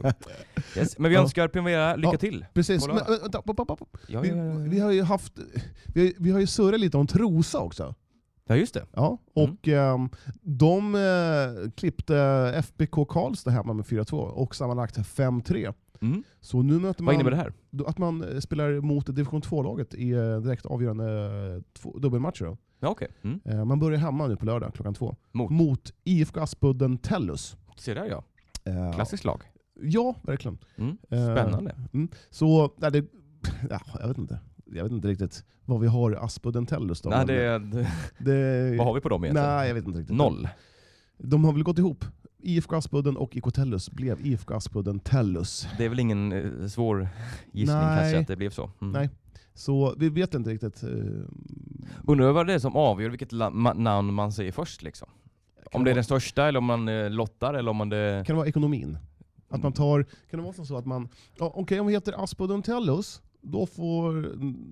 yes. Men vi Ja. önskar Primavera lycka Ja. till. Precis. Kolla. Men, vänta, pop, pop, pop. Ja, Vi, ja, ja, ja. vi har ju haft... Vi har, vi har ju surrat lite om Trosa också. ja, just det. Ja, och ehm, de eh, klippte F B K Karlstad hemma med fyra två och sammanlagt fem tre. Mm. Så nu möter man... Vad innebär det här? då- Att man eh, spelar mot division två-laget i eh, direkt avgörande eh, två, dubbelmatcher. Då. Ja, okej. Mm. Eh, man börjar hemma nu på lördag klockan två. Mot. Mot I F K Aspudden Tellus. Se där ja. Eh, Klassiskt lag. Ja, verkligen. Mm. Eh, Spännande. Mm. Så, nej, det, ja, jag vet inte. Jag vet inte riktigt vad vi har i Aspudden Tellus då. Nej, men det, det, det, vad har vi på dem egentligen? Nej, jag vet inte riktigt. Noll. De har väl gått ihop. I F K Aspudden och I K Tellus blev I F K Aspudden Tellus. Det är väl ingen eh, svår gissning Nej. kanske att det blev så. Mm. Nej. Så vi vet inte riktigt. eh, Undrar vad det är som avgör vilket la- ma- namn man säger först liksom. Om det är den största eller om man eh, lottar eller om man det... Kan det vara ekonomin? Att man tar, kan det vara så att man, ja, okej om vi heter Aspudden Tellus, då får mm,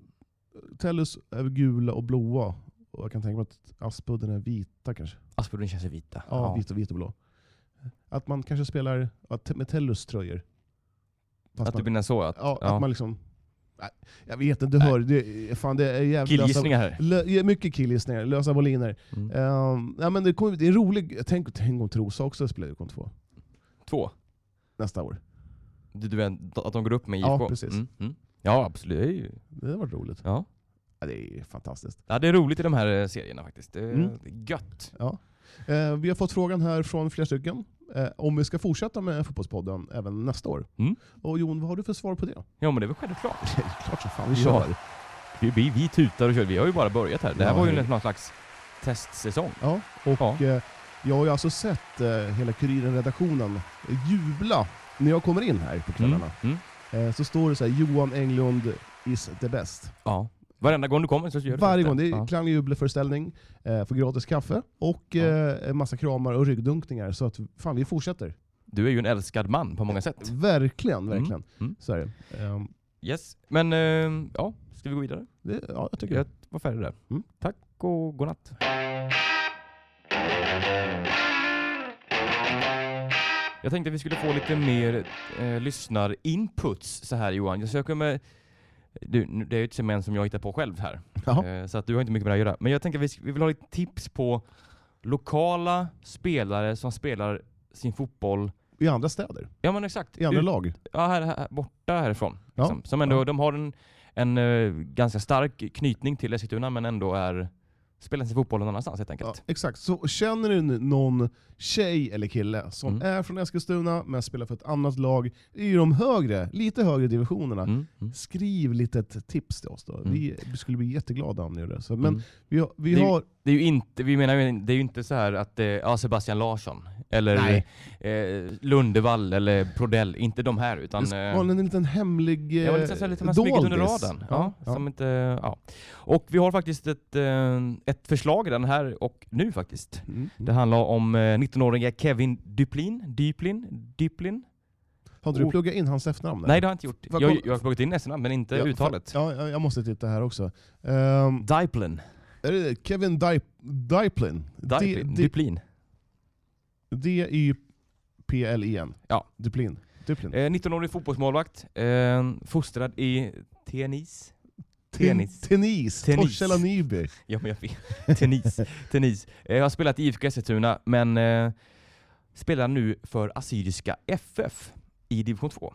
Tellus är gula och blåa. Och jag kan tänka mig att Aspudden är vita kanske. Aspudden känns vita. Ja, vit och vit och blå. Att man kanske spelar ja, te- med Tellus tröjor. Fast Att man, det blir så att... ja, ja. att man liksom, nej, jag vet inte, du hör, det, fan, det är jävligt Killgissningar här. Lö, mycket killgissningar, lösa boliner. Mm. Um, ja, men det, kommer, det är en rolig, tänk, tänk om Trosa också spelar division två Två. nästa år. Du, du vet att de går upp med I F Ja, K? precis. Mm. Mm. Ja, absolut. Det är, ju... Det har varit roligt. ja. Ja, det är fantastiskt. ja, det är roligt i de här eh, serierna faktiskt. Det är Mm. gött. Ja. Eh, vi har fått frågan här från flera stycken eh, om vi ska fortsätta med Fotbollspodden även nästa år. Mm. Och Jon, vad har du för svar på det? Ja, men det är väl självklart. Det är klart så fan vi Ja. kör. vi, vi, vi tutar och kör. Vi har ju bara börjat här. Det här Ja, var ju hej. någon slags testsäsong. Ja, och Ja. Eh, jag har ju alltså sett eh, hela Kuriren-redaktionen jubla när jag kommer in här på kvällarna. Mm. Mm. Eh, så står det så här: Johan Englund is the best. Ja. Varenda gång du kommer så gör du Varje det. gång. Det är Ja. klang jubelföreställning, eh, får gratis kaffe och Ja. eh, en massa kramar och ryggdunkningar. Så att fan, vi fortsätter. Du är ju en älskad man på många sätt. Verkligen, verkligen. Mm. Mm. Så är det. Um, Yes. Men eh, ja, ska vi gå vidare? det, ja, jag tycker Jag det. var färdig där. Mm. Tack och godnatt. Jag tänkte att vi skulle få lite mer eh, lyssnar-inputs så här, Johan. Jag söker med... Du, nu- det är ju ett segment som jag hittar på själv här. Jaha. Eh, så att du har inte mycket med det att göra. Men jag tänker att vi, sk- vi vill ha lite tips på lokala spelare som spelar sin fotboll. I andra städer, Ja men exakt. i andra Ut- lag. Ja, här, här, borta härifrån. Ja. Liksom. Som ändå, Ja. de har en, en eh, ganska stark knytning till Eskilstuna men ändå är spelar sin fotboll någon annanstans helt Ja, enkelt. exakt. Så känner du någon tjej eller kille som Mm. är från Eskilstuna men spelar för ett annat lag i de högre, lite högre divisionerna, Mm. Mm. skriv lite ett tips till oss då. Mm. Vi, vi skulle bli jätteglada om ni gör det. Så, men Mm. vi, har- vi Det är ju- har... Det är ju inte, vi menar ju, det är ju inte så här att eh, ja, Sebastian Larsson eller Nej. eh, Lundevall eller Prodell, inte de här utan Det ska eh, vara en liten hemlig jag var eh, lite så här, lite man smugit under doldis. radarn. Ja, Ja, ja. Som inte, ja. Och vi har faktiskt ett, eh, ett förslag redan här och nu faktiskt. Mm. Det handlar om eh, nittonåriga Kevin Duplin, Duplin, Duplin. Har inte du Oh. pluggat in hans efternamn där? Nej, det har jag inte gjort. Vad Jag, kom- jag har pluggat in efternamn men inte Ja, uttalet. Ja, ja, jag måste titta här också. Um, Duplin. är det Kevin Dip- Diplin? Duplin. D- Duplin. D Y P L I N. Ja. Duplin. Duplin. Eh, nittonårig fotbollsmålvakt, eh, fostrad i tennis. Tennis. Tennis. Tennis. Torshälla Nyby. Ja, men jag vet. Tennis. Tennis. Eh, jag har spelat i I F K Eskilstuna, men eh, spelar nu för Assyriska F F i division två.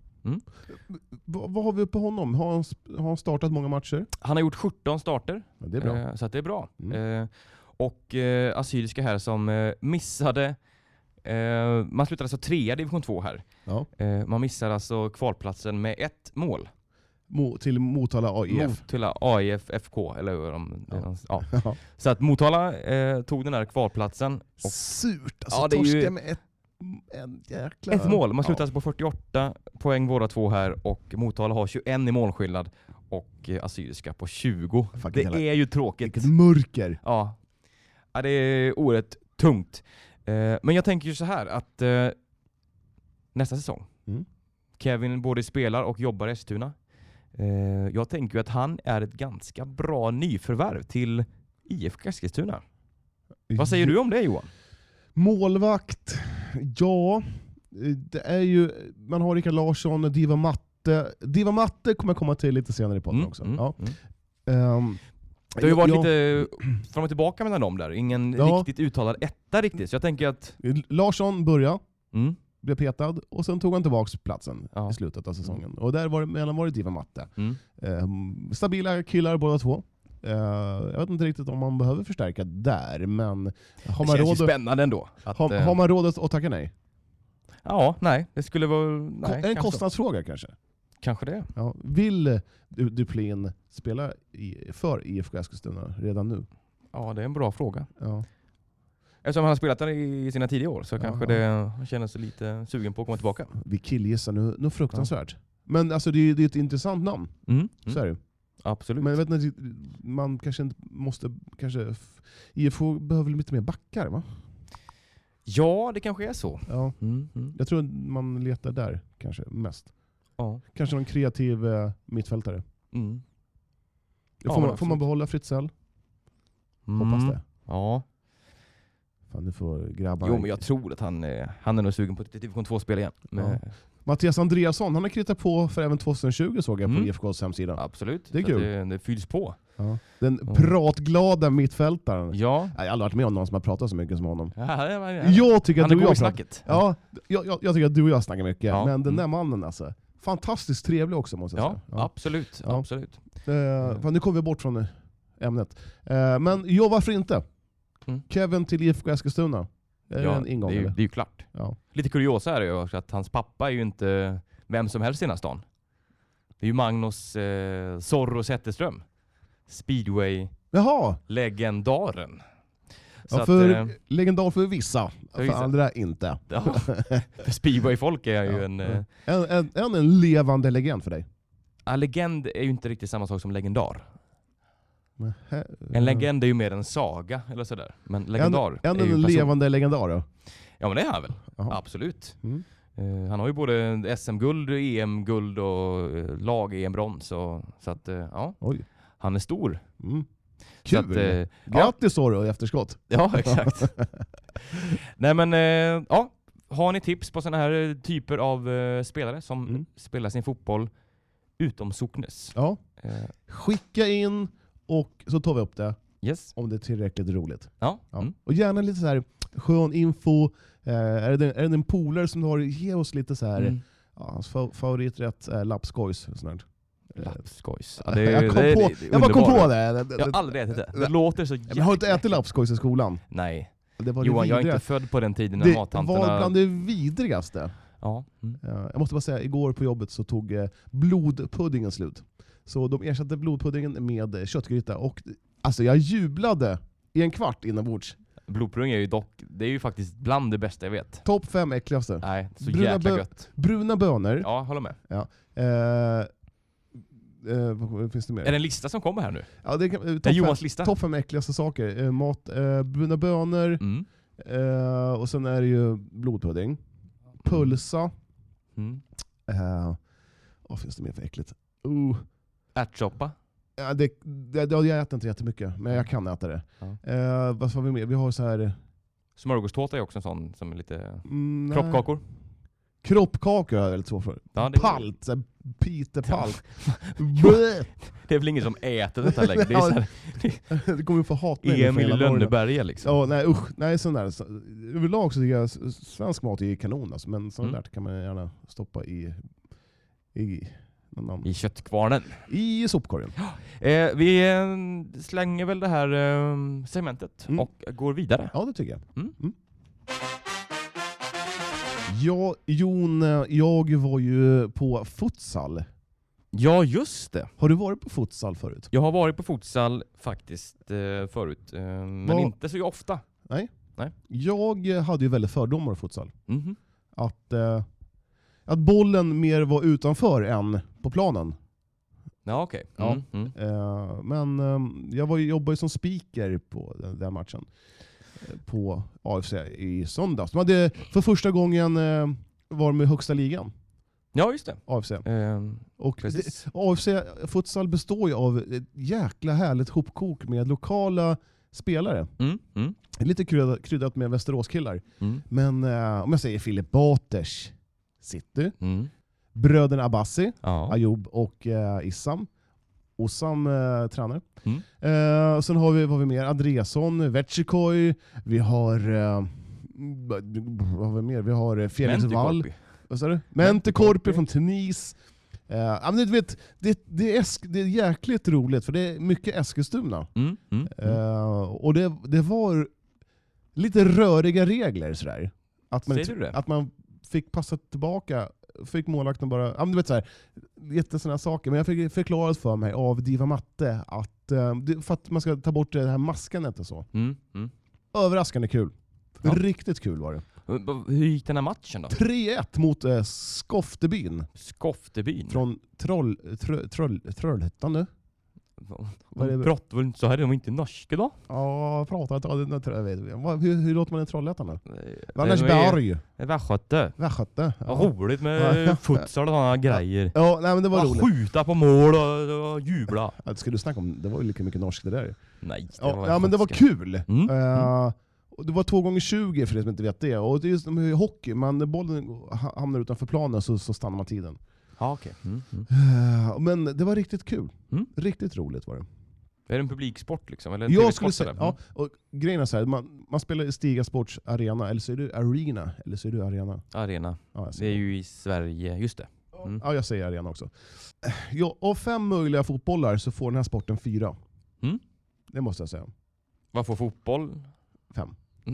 Va, vad har vi på honom? Har han, sp- har han startat många matcher? Han har gjort sjutton starter, Ja, det är bra. eh, så att det är bra. Mm. Eh, och eh, Assyriska här som eh, missade, eh, man slutade alltså trea i division två här. Ja. Eh, man missar alltså kvalplatsen med ett mål. Mo, till Motala A I F. Motala A I F F K, eller hur de, Ja. ja. Ja. Så att Motala eh, tog den här kvalplatsen. Och Surt. Alltså, Ja, det är ju- torska med ett, en jäkla... ett mål. Man slutar Ja. alltså på fyrtioåtta poäng båda två här och Motala har tjugoett i målskillnad och eh, Assyriska på tjugo. Fucking Det jävla- är ju tråkigt. Vilket mörker. Ja. Ja, det är oerhört tungt. Eh, men jag tänker ju så här att eh, nästa säsong, Mm. Kevin både spelar och jobbar i Eskilstuna. Eh, jag tänker ju att han är ett ganska bra nyförvärv till I F K Eskilstuna. Vad säger du om det, Johan? Målvakt, ja, det är ju, man har Rickard Larsson, Diva Matte. Diva Matte kommer komma till lite senare i podden också. mm, Ja. mm. Um, Det har ju varit ja, lite fram och tillbaka mellan dem där. Ingen Ja. riktigt uttalad etta riktigt. Så jag tänker att... Larsson började, Mm, blev petad och sen tog han tillbaka platsen Ja. i slutet av säsongen. Och där var det, mellan var det Diva Matte. mm. Um, stabila killar båda två. Uh, jag vet inte riktigt om man behöver förstärka där, men har Det man, känns ju råd, spännande ändå. Att, har, eh, har man råd att tacka nej? Ja, nej. Det skulle vara... Nej, är det en kanske, kostnadsfråga kanske? kanske det. Ja. Vill du, Duplin spela i, för I F K Eskilstuna redan nu? Ja, det är en bra fråga. Ja. Eftersom han har spelat där i sina tidiga år så Ja, kanske ja. det, han känner sig lite sugen på att komma tillbaka. Vi killgissar nu, nu fruktansvärt. Men alltså det är, det är ett intressant namn, Mm. så Mm. är det. Absolut. Men jag vet inte, man kanske inte måste, kanske, f- I F K behöver lite mer backar va? Ja, det kanske är så. Ja. Mm. Mm. Jag tror man letar där kanske mest. Ja. Kanske någon kreativ eh, mittfältare. Mm. Får, Ja, man, men får man absolut. behålla Fritzell? Mm. Hoppas det. Ja. Fan, nu får grabbar... Jo, men jag tror att han, eh, han är nog sugen på ett division två-spel igen. Men, Mattias Andreasson, han har kritat på för även tjugohundratjugo såg jag på Mm. I F K:s hemsida. Absolut. Det är Så kul. att Det, det fylls på. Ja. Den Ja. pratglada mittfältaren. Ja. Nej, jag har aldrig varit med om någon som har pratat så mycket som honom. Ja, det var- ja. Jag tycker att Han du är och god i jag pratar. snacket. Ja, jag, jag, jag tycker att du och jag snackar mycket. Ja. Men den där Mm. mannen alltså. Fantastiskt trevlig också måste jag Ja, säga. absolut. Ja. absolut. Eh, fan, nu kommer vi bort från ämnet. Eh, men jo, varför inte? Mm. Kevin till I F K Eskilstuna. Är Ja, det en ingång det, är ju, eller? det är ju klart. Ja. Lite kuriosa är det ju också att hans pappa är ju inte vem som helst i den här stan. Det är ju Magnus eh, Zorro Zetterström. speedway Jaha. legendaren. Ja, för att, eh, legendar för vissa, för, för andra inte. Ja, för speedway-folk är jag ju ja. en, eh, en, en... En en levande legend för dig. Ja, legend är ju inte riktigt samma sak som legendar. Men he, en legend är ju mer en saga eller sådär. Men legendar en, en, är ju en levande legendar då? Ja, men det är han väl. Aha. Absolut. Mm. Uh, han har ju både S M-guld, E M-guld och uh, lag-E M-brons. Så, så att, uh, ja. Oj. Han är stor. Mm. Kul! Att, uh, Grattis ja. Då i efterskott. Ja, exakt. Nej men, uh, ja. Har ni tips på såna här typer av uh, spelare som mm. spelar sin fotboll utom socknes? Ja. Uh. Skicka in och så tar vi upp det. Yes. Om det är tillräckligt roligt. Ja. ja. Mm. Och gärna lite så här skön info. Uh, är, det, är det en polare som du har, ge oss lite så här mm. ja, hans favoriträtt är lapskojs. Lapskojs. Ja, jag, kom det, på, det, jag bara kom på det. det, det jag har aldrig ätit det. Det, det låter så jäkla... Jag har inte ätit lapskojs i skolan. Nej. Det var Johan, det jag är inte född på den tiden när det mattanterna... Det var bland det vidrigaste. Ja. Mm. Jag måste bara säga, igår på jobbet så tog blodpuddingen slut. Så de ersatte blodpuddingen med köttgryta. Och alltså jag jublade i en kvart inombords. Blodpudding är ju dock, det är ju faktiskt bland det bästa jag vet. Topp fem äckligaste. Nej, så bruna jäkla bö- gött. Bruna bönor. Ja, håller med. Ja. Eh, eh, vad finns det mer? Är det en lista som kommer här nu? Ja, det kan, det är Johans lista. Topp fem äckligaste saker. Eh, mat, eh, bruna bönor. Mm. Eh, och sen är det ju blodpudding. Pulsa. Mm. Eh, vad finns det mer för äckligt? Uh. Ärtsoppa. Ja, det, det, det, jag äter inte jättemycket, men jag kan äta det. Ja. Eh, vad har vi med? Vi har så här... Smörgåstårta är också en sån som är lite... Mm, kroppkakor. Kroppkakor är väldigt svårt för. Ja, det Palt, så här, Peter Palt. Det är väl ingen som äter detta längre. Det är så här, det kommer få hat med Emil Lönneberga liksom. Ja, nej usch, nej sån där. Så, överlag så tycker jag svensk mat är kanon alltså, men sån mm. där kan man gärna stoppa i i någon i köttkvarnen. I sopkorgen. Eh, vi eh, slänger väl det här eh, segmentet mm. och går vidare. Ja, det tycker jag. Mm. Mm. Ja, Jon, jag var ju på futsal. Ja, just det. Har du varit på futsal förut? Jag har varit på futsal faktiskt eh, förut, eh, men Va? inte så ofta. Nej. Nej. Jag hade ju väldigt fördomar på futsal. Mm-hmm. Att, eh, att bollen mer var utanför än på planen. Ja, okej. Okay. Mm, ja. mm. eh, men eh, jag var, jobbade ju som speaker på den, den matchen. På A F C i söndags. De hade för första gången eh, var med högsta ligan. Ja, just det. A F C. Um, och det, A F C futsal består ju av ett jäkla härligt hopkok med lokala spelare. Mm, mm. Lite kryddat, kryddat med Västeråskillar. Mm. Men eh, om jag säger Filip Baters City, mm. bröderna Abbasi, ja. Ayoub och eh, Issam. Osam eh, tränare. Mm. Eh, sen har vi, vad har vi mer? Andreasson, Vetchikoi, vi har eh, vad har vi mer? Vi har eh, Felix Wall. Vad sa du? Mentekorpi från Tunis. Eh, men du vet, det, det, är esk, det är jäkligt roligt för det är mycket Eskilstuna. Mm. Mm. Eh, och det, det var lite röriga regler sådär. Att man, Säger du det? Att man fick passa tillbaka. Fick målvakten bara, ja men du vet så här, jätte sådana saker, men jag fick förklarat för mig av Diva Matte att uh, för att man ska ta bort det här maskandet och så. Mm, mm. Överraskande kul. Ja. Riktigt kul var det. Hur gick den här matchen då? tre ett mot uh, Skoftebyn. Skoftebyn? Från Troll, tr, troll, Trollhättan nu. De pratar väl inte så här, de var inte norska då? Ja, pratar inte. Jag vet, hur, hur låter man en Trollhättan då? Vänersberg. Västgöte. Västgöte. Ja. Roligt med futsal och sådana grejer. Ja, nej men det var roligt. Skjuta på mål och, och jubla. Ja, ska du snacka om, det var ju lika mycket norsk det där. Nej, det ja, var ja men det var kul. Mm. Uh, det var två gånger tjugo för det som inte vet det. Och det är just med hockey, men bollen hamnar utanför planen så, så stannar man tiden. Ja, okej. Okay. Mm, mm. Uh, men det var riktigt kul. Mm. Riktigt roligt var det. Är det en publiksport liksom? Eller en jag skulle säga, ja. Och grejen är så här, man, man spelar i Stiga Sports Arena, eller så är du Arena, eller så är du Arena. Arena. Ja, det är ju i Sverige, just det. Mm. Ja, jag säger Arena också. Ja, av fem möjliga fotbollar så får den här sporten fyra. Mm. Det måste jag säga. Vad får fotboll? Fem.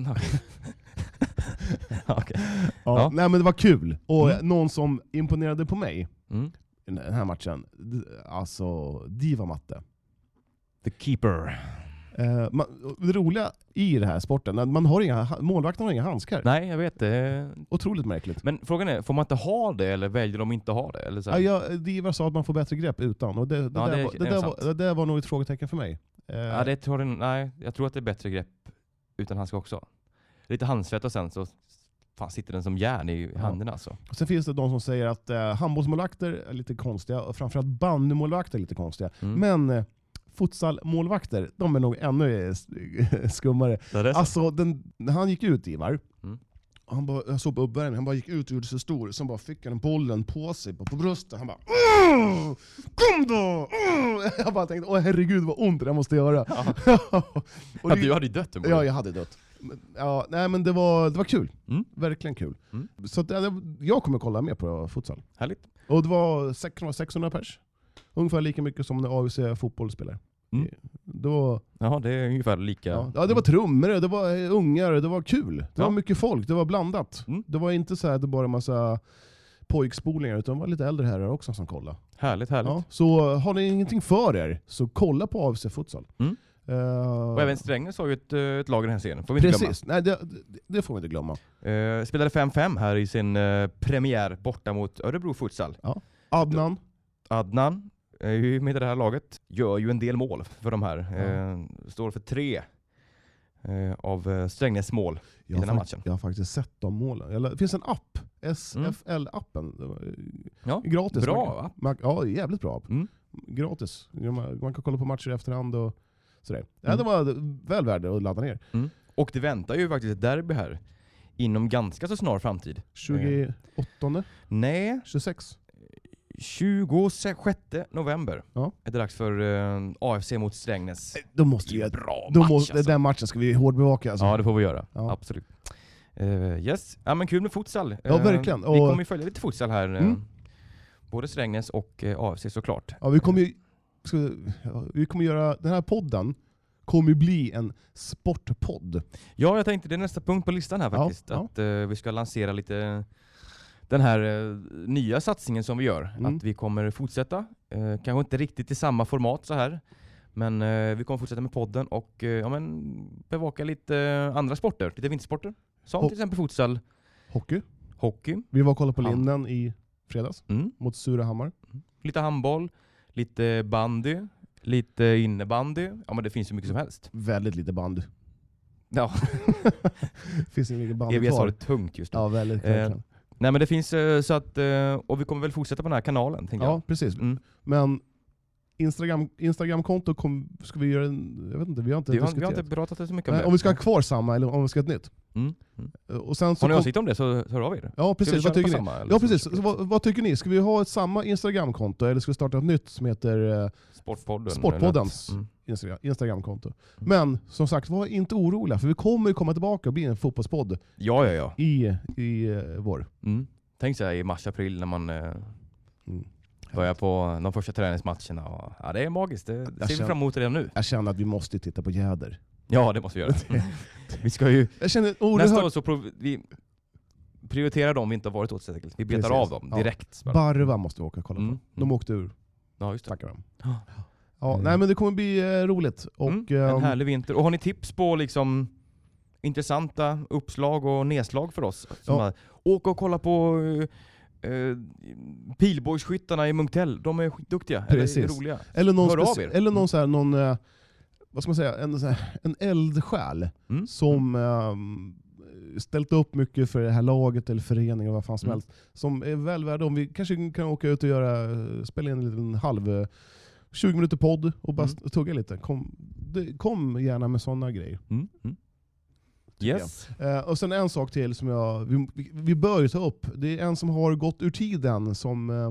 Okay. Ja, ja. Nej men det var kul. Och mm. någon som imponerade på mig mm. i den här matchen, alltså Diva Matte. The keeper. Uh, man, det roliga i den här sporten, man har inga, målvakten har inga handskar. Nej, jag vet det. Otroligt märkligt. Men frågan är, får man inte ha det eller väljer de inte ha det? Eller så? Ja, jag, Diva sa att man får bättre grepp utan. Och det, det, ja, där, det, var, det, där var, det där var nog ett frågetecken för mig. Uh, ja, det tror jag, nej, jag tror att det är bättre grepp utan handskar också. Lite handsvett och sen så fan, sitter den som järn i ja. händerna. Alltså. Och sen finns det de som säger att uh, handbollsmålvakter är lite konstiga och framförallt bandymålvakter är lite konstiga. Mm. Men uh, futsalmålvakter, de är nog ännu skummare. Alltså, den, när han gick ut, Ivar, mm. han bara, jag såg på uppvärmningen, han bara gick ut och gjorde sig stor, sen bara fick han bollen på sig, på, på bröstet. Han bara, kom då! Jag bara tänkte, åh herregud vad ont det måste göra. Ja. Och det, du hade ju dött. Ja, jag hade dött. Ja, nej, men det var, det var kul. Mm. Verkligen kul. Mm. Så att, jag kommer kolla mer på futsal. Härligt. Och det var sexhundra pers. Ungefär lika mycket som när A U C fotboll spelar. Mm. Det var, Jaha, det är ungefär lika. Ja, ja, det var trummor, det var ungar, det var kul. Det ja. var mycket folk, det var blandat. Mm. Det var inte så här att det bara en massa pojkspolingar, utan det var lite äldre herrar också som kollade. Härligt, härligt. Ja, så har ni ingenting för er, så kolla på A U C futsal. Mm. Uh, och även Strängnäs har ju ett, ett lag i den här serien. Får vi inte precis, glömma. Nej, det, det, det får vi inte glömma. Uh, spelade fem fem här i sin uh, premiär borta mot Örebro futsal. Ja. Adnan. Adnan. Med det här laget gör ju en del mål för de här. Ja. Eh, står för tre eh, av Strängnäs mål i den här matchen. Jag har faktiskt sett de målen. Det finns en app, S F L-appen. Ja, gratis. Bra app. Man, ja, jävligt bra app. Mm. Gratis. Man, man kan kolla på matcher i efterhand och sådär. Mm. Ja, det var väl värd att ladda ner. Mm. Och det väntar ju faktiskt ett derby här inom ganska så snar framtid. tjugoåttonde? Nej. tjugosex? tjugosjätte november ja. är det dags för uh, A F C mot Strängnäs. Då måste vi bra då match, måste, alltså. Den matchen ska vi hårdbevaka. Alltså. Ja, det får vi göra. Ja. Absolut. Uh, yes. Ja, men kul med futsal. Ja, verkligen. Uh, vi kommer ju följa lite futsal här. Uh, mm. Både Strängnäs och uh, A F C såklart. Ja, vi kommer ju ska, ja, vi kommer göra den här podden kommer ju bli en sportpodd. Ja, jag tänkte det är nästa punkt på listan här faktiskt. Ja, att uh, vi ska lansera lite den här uh, nya satsningen som vi gör. Mm. Att vi kommer fortsätta. Uh, kanske inte riktigt i samma format så här. Men uh, vi kommer fortsätta med podden och uh, ja, men, bevaka lite uh, andra sporter. Lite vintersporter. Som Ho- till exempel futsal. Hockey. Hockey. Vi var och kollade på Linden i fredags. Mm. Mot Surahammar. Mm. Lite handboll. Lite bandy. Lite innebandy. Ja, men det finns ju mycket som helst. Väldigt lite bandy. Ja. Finns ju mycket bandy kvar. E V S har det tungt just nu. Ja, väldigt eh, Nej, men det finns så att, och vi kommer väl fortsätta på den här kanalen, tänker ja, jag. Ja, precis. Mm. Men Instagram, Instagram-konto kom, ska vi göra en, jag vet inte, vi har inte vi har, diskuterat. Vi har inte pratat så mycket om Nej, det. Om vi ska ha kvar samma eller om vi ska ha ett nytt. Mm. Mm. Och sen så har ni åsikt om det så hör av er. Ja, precis. Vad tycker ni? Samma, ja, precis. Så, vad, vad tycker ni? Ska vi ha ett samma Instagram-konto eller ska vi starta ett nytt som heter Sportpodden, Sportpoddens mm. Instagram, Instagram-konto? Mm. Men som sagt, var inte oroliga för vi kommer ju komma tillbaka och bli en fotbollspodd. Ja, ja, ja. I, i uh, vår. Mm. Tänk så här i mars-april när man uh, mm. börjar på de första träningsmatcherna. Och, ja, det är magiskt. Det ser vi fram emot redan nu. Jag känner att vi måste titta på Jäder. Ja, det måste vi göra. Vi ska ju... Jag känner, oh, nästa hör... år så prov, vi prioriterar dem vi inte har varit åt. Vi betar av dem direkt. Ja. Barva måste vi åka och kolla på. Mm. De åkte ur. Ja, just det. Tackar dem. Ja, mm. Nej, men det kommer bli uh, roligt. Och, mm. En um... härlig vinter. Och har ni tips på liksom intressanta uppslag och nedslag för oss? Som ja. Åka och kolla på uh, pilbågsskyttarna i Munktell. De är duktiga. Precis. Eller roliga. Eller någon, speci- eller någon, så här, någon uh, vad ska man säga, en, så här, en eldsjäl mm. som um, ställt upp mycket för det här laget eller föreningen och vad fan som mm. helst. Som är väl värd om vi kanske kan åka ut och göra, spela in en liten halv tjugo minuter podd och bara mm. tugga lite. Kom, det, kom gärna med sådana grejer. Mm. Mm. Yes. Uh, och sen en sak till som jag vi, vi bör ju ta upp. Det är en som har gått ur tiden som uh,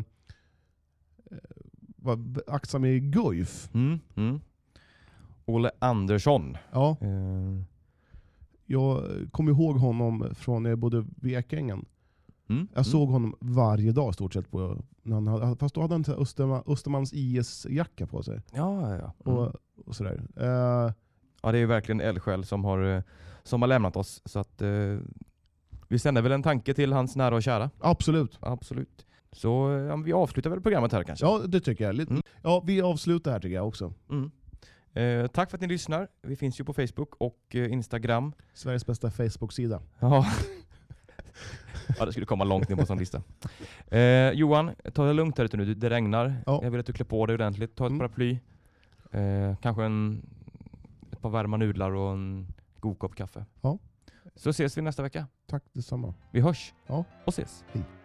var aktsam i Guif. Mm. Mm. Olle Andersson. Ja. Uh. Jag kommer ihåg honom från när jag bodde vid Ekängen. Mm. Jag såg mm. honom varje dag stort sett. På, när han hade, fast då hade han Österman, Östermans I S-jacka på sig. Ja, ja, ja. Mm. Och, och sådär. Uh, ja, det är verkligen eldsjäl som har, som har lämnat oss. Så att, uh, vi sänder väl en tanke till hans nära och kära. Absolut. Absolut. Så ja, vi avslutar väl programmet här kanske. Ja, det tycker jag. Mm. Ja, vi avslutar här tycker jag också. Mm. Eh, tack för att ni lyssnar. Vi finns ju på Facebook och eh, Instagram. Sveriges bästa Facebook-sida. Ja. Ja, det skulle komma långt ner på en sån lista. Eh, Johan, ta det lugnt här ute nu. Det regnar. Ja. Jag vill att du klär på dig ordentligt. Ta ett mm. paraply. Eh, kanske en, ett par varma nudlar och en god kopp kaffe. Ja. Så ses vi nästa vecka. Tack detsamma. Vi hörs. Ja. Och ses. Hej.